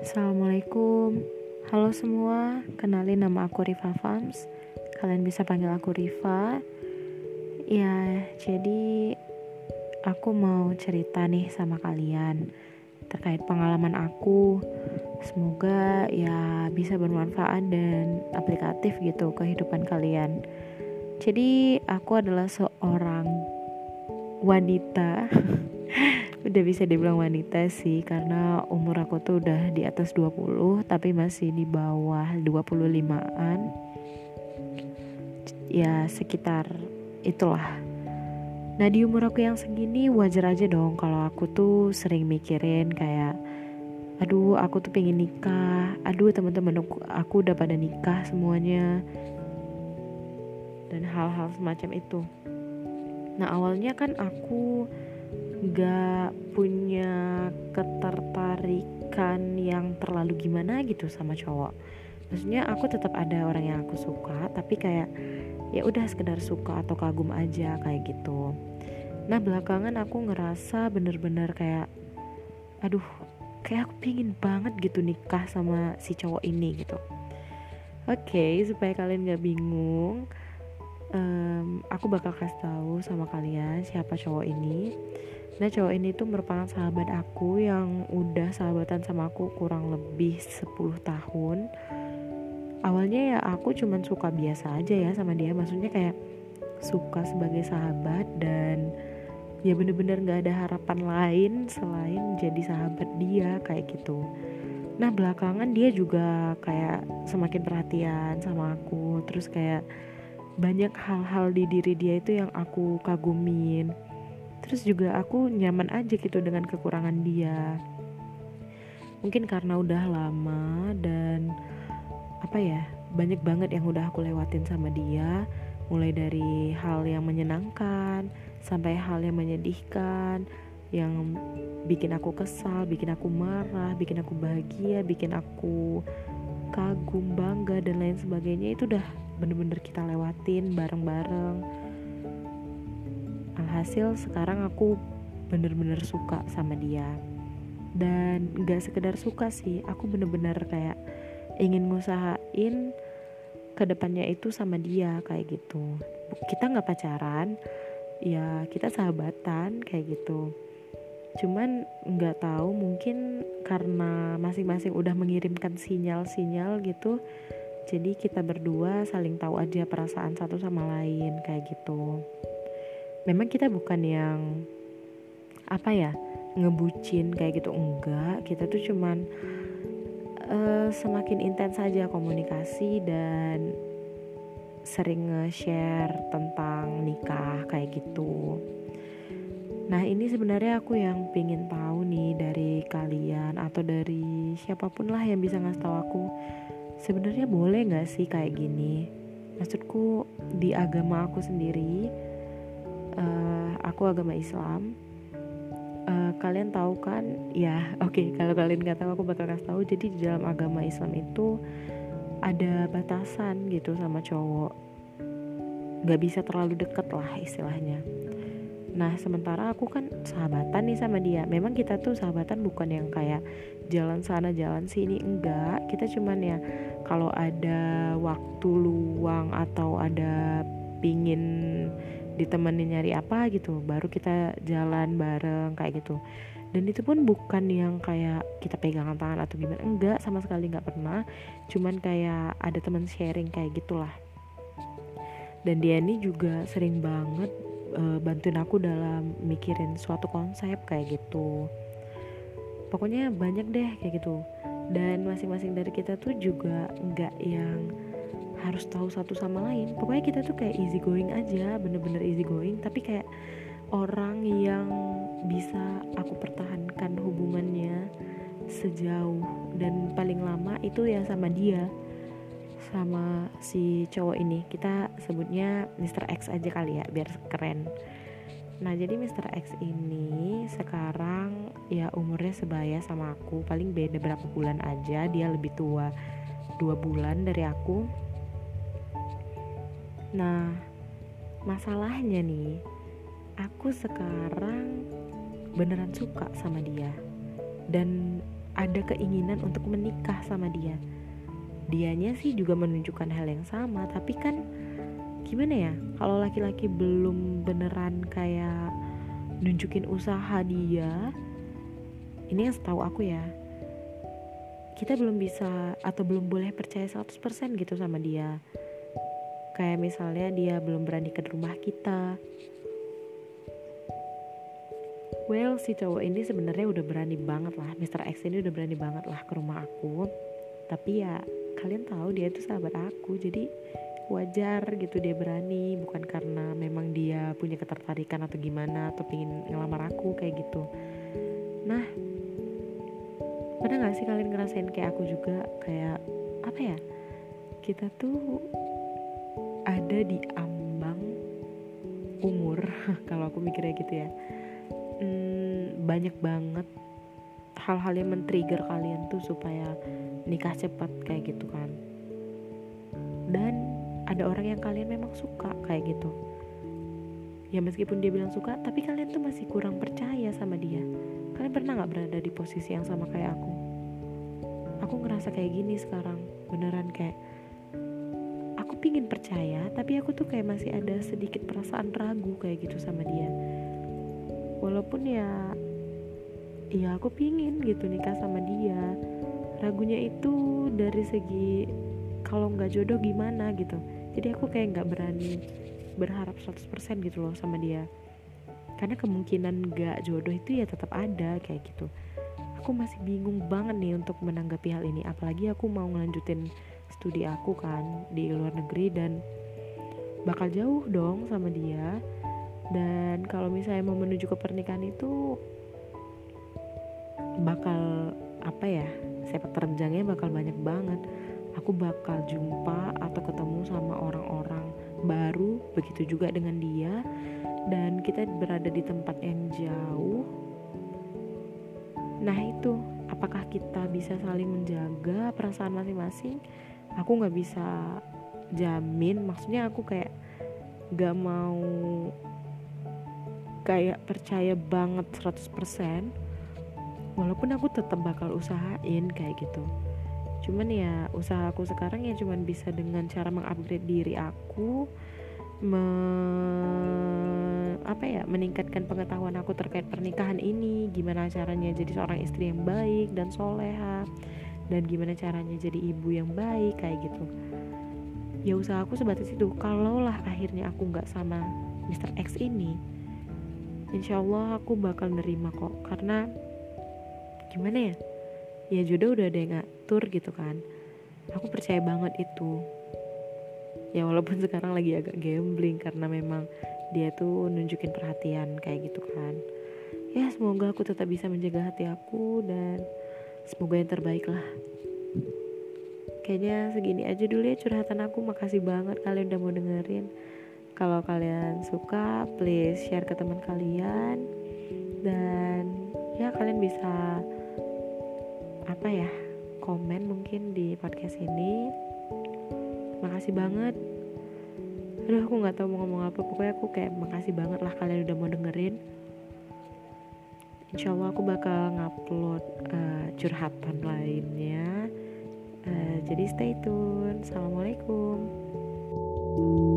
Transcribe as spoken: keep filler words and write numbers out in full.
Assalamualaikum. Halo semua, kenalin nama aku Rifa Fams. Kalian bisa panggil aku Rifa. Ya, jadi aku mau cerita nih sama kalian terkait pengalaman aku. Semoga ya bisa bermanfaat dan aplikatif gitu kehidupan kalian. Jadi aku adalah seorang wanita. Udah bisa dibilang wanita sih, karena umur aku tuh udah di atas dua puluh tapi masih di bawah dua puluh limaan. Ya sekitar itulah. Nah, di umur aku yang segini wajar aja dong kalau aku tuh sering mikirin kayak, aduh aku tuh pengen nikah, aduh teman-teman aku, aku udah pada nikah semuanya, dan hal-hal semacam itu. Nah, awalnya kan aku gak punya ketertarikan yang terlalu gimana gitu sama cowok. Maksudnya aku tetap ada orang yang aku suka, tapi kayak ya udah sekedar suka atau kagum aja kayak gitu. Nah, belakangan aku ngerasa bener-bener kayak, aduh, kayak aku pingin banget gitu nikah sama si cowok ini gitu. Oke, okay, supaya kalian gak bingung, um, aku bakal kasih tahu sama kalian siapa cowok ini. Nah, cowok ini tuh merupakan sahabat aku yang udah sahabatan sama aku kurang lebih sepuluh tahun. Awalnya ya aku cuman suka biasa aja ya sama dia, maksudnya kayak suka sebagai sahabat dan ya bener-bener gak ada harapan lain selain jadi sahabat dia kayak gitu. Nah, belakangan dia juga kayak semakin perhatian sama aku, terus kayak banyak hal-hal di diri dia itu yang aku kagumin. Terus juga aku nyaman aja gitu dengan kekurangan dia. Mungkin karena udah lama dan apa ya, banyak banget yang udah aku lewatin sama dia. Mulai dari hal yang menyenangkan sampai hal yang menyedihkan, yang bikin aku kesal, bikin aku marah, bikin aku bahagia, bikin aku kagum, bangga dan lain sebagainya. Itu udah bener-bener kita lewatin bareng-bareng. Alhasil sekarang aku bener-bener suka sama dia. Dan gak sekedar suka sih, aku bener-bener kayak ingin ngusahain kedepannya itu sama dia kayak gitu. Kita gak pacaran, ya kita sahabatan kayak gitu. Cuman gak tahu, mungkin karena masing-masing udah mengirimkan sinyal-sinyal gitu, jadi kita berdua saling tahu aja perasaan satu sama lain kayak gitu. Memang kita bukan yang apa ya, ngebucin kayak gitu, enggak. Kita tuh cuman uh, semakin intens aja komunikasi dan sering nge-share tentang nikah kayak gitu. Nah, ini sebenarnya aku yang pengen tahu nih dari kalian atau dari siapapun lah yang bisa ngasih tahu aku, sebenarnya boleh nggak sih kayak gini? Maksudku di agama aku sendiri, uh, aku agama Islam. Uh, kalian tahu kan? Ya, oke. Okay, kalau kalian nggak tahu, aku bakal kasih tahu. Jadi di dalam agama Islam itu ada batasan gitu sama cowok. Gak bisa terlalu deket lah istilahnya. Nah, sementara aku kan sahabatan nih sama dia. Memang kita tuh sahabatan bukan yang kayak jalan sana jalan sini, enggak. Kita cuman ya kalau ada waktu luang atau ada pingin ditemenin nyari apa gitu, baru kita jalan bareng kayak gitu. Dan itu pun bukan yang kayak kita pegangan tangan atau gimana, enggak, sama sekali nggak pernah. Cuman kayak ada teman sharing kayak gitulah. Dan dia ini juga sering banget uh, bantuin aku dalam mikirin suatu konsep kayak gitu. Pokoknya banyak deh kayak gitu. Dan masing-masing dari kita tuh juga nggak yang harus tahu satu sama lain. Pokoknya kita tuh kayak easy going aja, bener-bener easy going. Tapi kayak orang yang bisa aku pertahankan hubungannya sejauh dan paling lama itu ya sama dia, sama si cowok ini. Kita sebutnya mister X aja kali ya, biar keren. Nah, jadi mister X ini sekarang ya umurnya sebaya sama aku, paling beda berapa bulan aja. Dia lebih tua dua bulan dari aku. Nah, masalahnya nih, aku sekarang beneran suka sama dia. Dan ada keinginan untuk menikah sama dia. Dianya sih juga menunjukkan hal yang sama, tapi kan gimana ya, kalau laki-laki belum beneran kayak nunjukin usaha dia, ini yang setahu aku ya, kita belum bisa atau belum boleh percaya seratus persen gitu sama dia. Kayak misalnya dia belum berani ke rumah kita. Well, si cowok ini sebenarnya udah berani banget lah, mister X ini udah berani banget lah ke rumah aku. Tapi ya kalian tahu dia itu sahabat aku, jadi wajar gitu dia berani, bukan karena memang dia punya ketertarikan atau gimana atau pengen ngelamar aku kayak gitu. Nah, pernah gak sih kalian ngerasain kayak aku juga, kayak apa ya, kita tuh ada di ambang umur kalau aku mikirnya gitu ya, hmm, banyak banget hal-hal yang men-trigger kalian tuh supaya nikah cepat kayak gitu kan. Dan ada orang yang kalian memang suka kayak gitu. Ya meskipun dia bilang suka, tapi kalian tuh masih kurang percaya sama dia. Kalian pernah gak berada di posisi yang sama kayak aku? Aku ngerasa kayak gini sekarang. Beneran kayak aku pingin percaya, tapi aku tuh kayak masih ada sedikit perasaan ragu kayak gitu sama dia. Walaupun ya ya aku pingin gitu nikah sama dia. Ragunya itu dari segi kalau gak jodoh gimana gitu. Jadi aku kayak gak berani berharap seratus persen gitu loh sama dia, karena kemungkinan gak jodoh itu ya tetap ada kayak gitu. Aku masih bingung banget nih untuk menanggapi hal ini, apalagi aku mau ngelanjutin studi aku kan di luar negeri dan bakal jauh dong sama dia. Dan kalau misalnya mau menuju ke pernikahan itu bakal apa ya, sepak terjangnya bakal banyak banget. Aku bakal jumpa atau ketemu sama orang-orang baru, begitu juga dengan dia, dan kita berada di tempat yang jauh. Nah itu, apakah kita bisa saling menjaga perasaan masing-masing? Aku gak bisa jamin, maksudnya aku kayak gak mau kayak percaya banget seratus persen, walaupun aku tetap bakal usahain kayak gitu. Cuman ya usaha aku sekarang ya cuman bisa dengan cara mengupgrade diri aku, me, apa ya, meningkatkan pengetahuan aku terkait pernikahan ini, gimana caranya jadi seorang istri yang baik dan soleha, dan gimana caranya jadi ibu yang baik kayak gitu. Ya usaha aku sebatas itu. Kalaulah akhirnya aku nggak sama mister X ini, insya Allah aku bakal nerima kok, karena gimana ya, ya jodoh udah ada yang ngatur gitu kan. Aku percaya banget itu. Ya walaupun sekarang lagi agak gambling karena memang dia tuh nunjukin perhatian kayak gitu kan. Ya semoga aku tetap bisa menjaga hati aku dan semoga yang terbaik lah. Kayaknya segini aja dulu ya curhatan aku. Makasih banget kalian udah mau dengerin. Kalau kalian suka, please share ke teman kalian. Dan ya kalian bisa apa ya, komen mungkin di podcast ini. Makasih banget. Aduh aku gak tahu mau ngomong apa. Pokoknya aku kayak makasih banget lah kalian udah mau dengerin. Insya Allah aku bakal ngupload uh, curhatan lainnya. uh, Jadi stay tune. Assalamualaikum.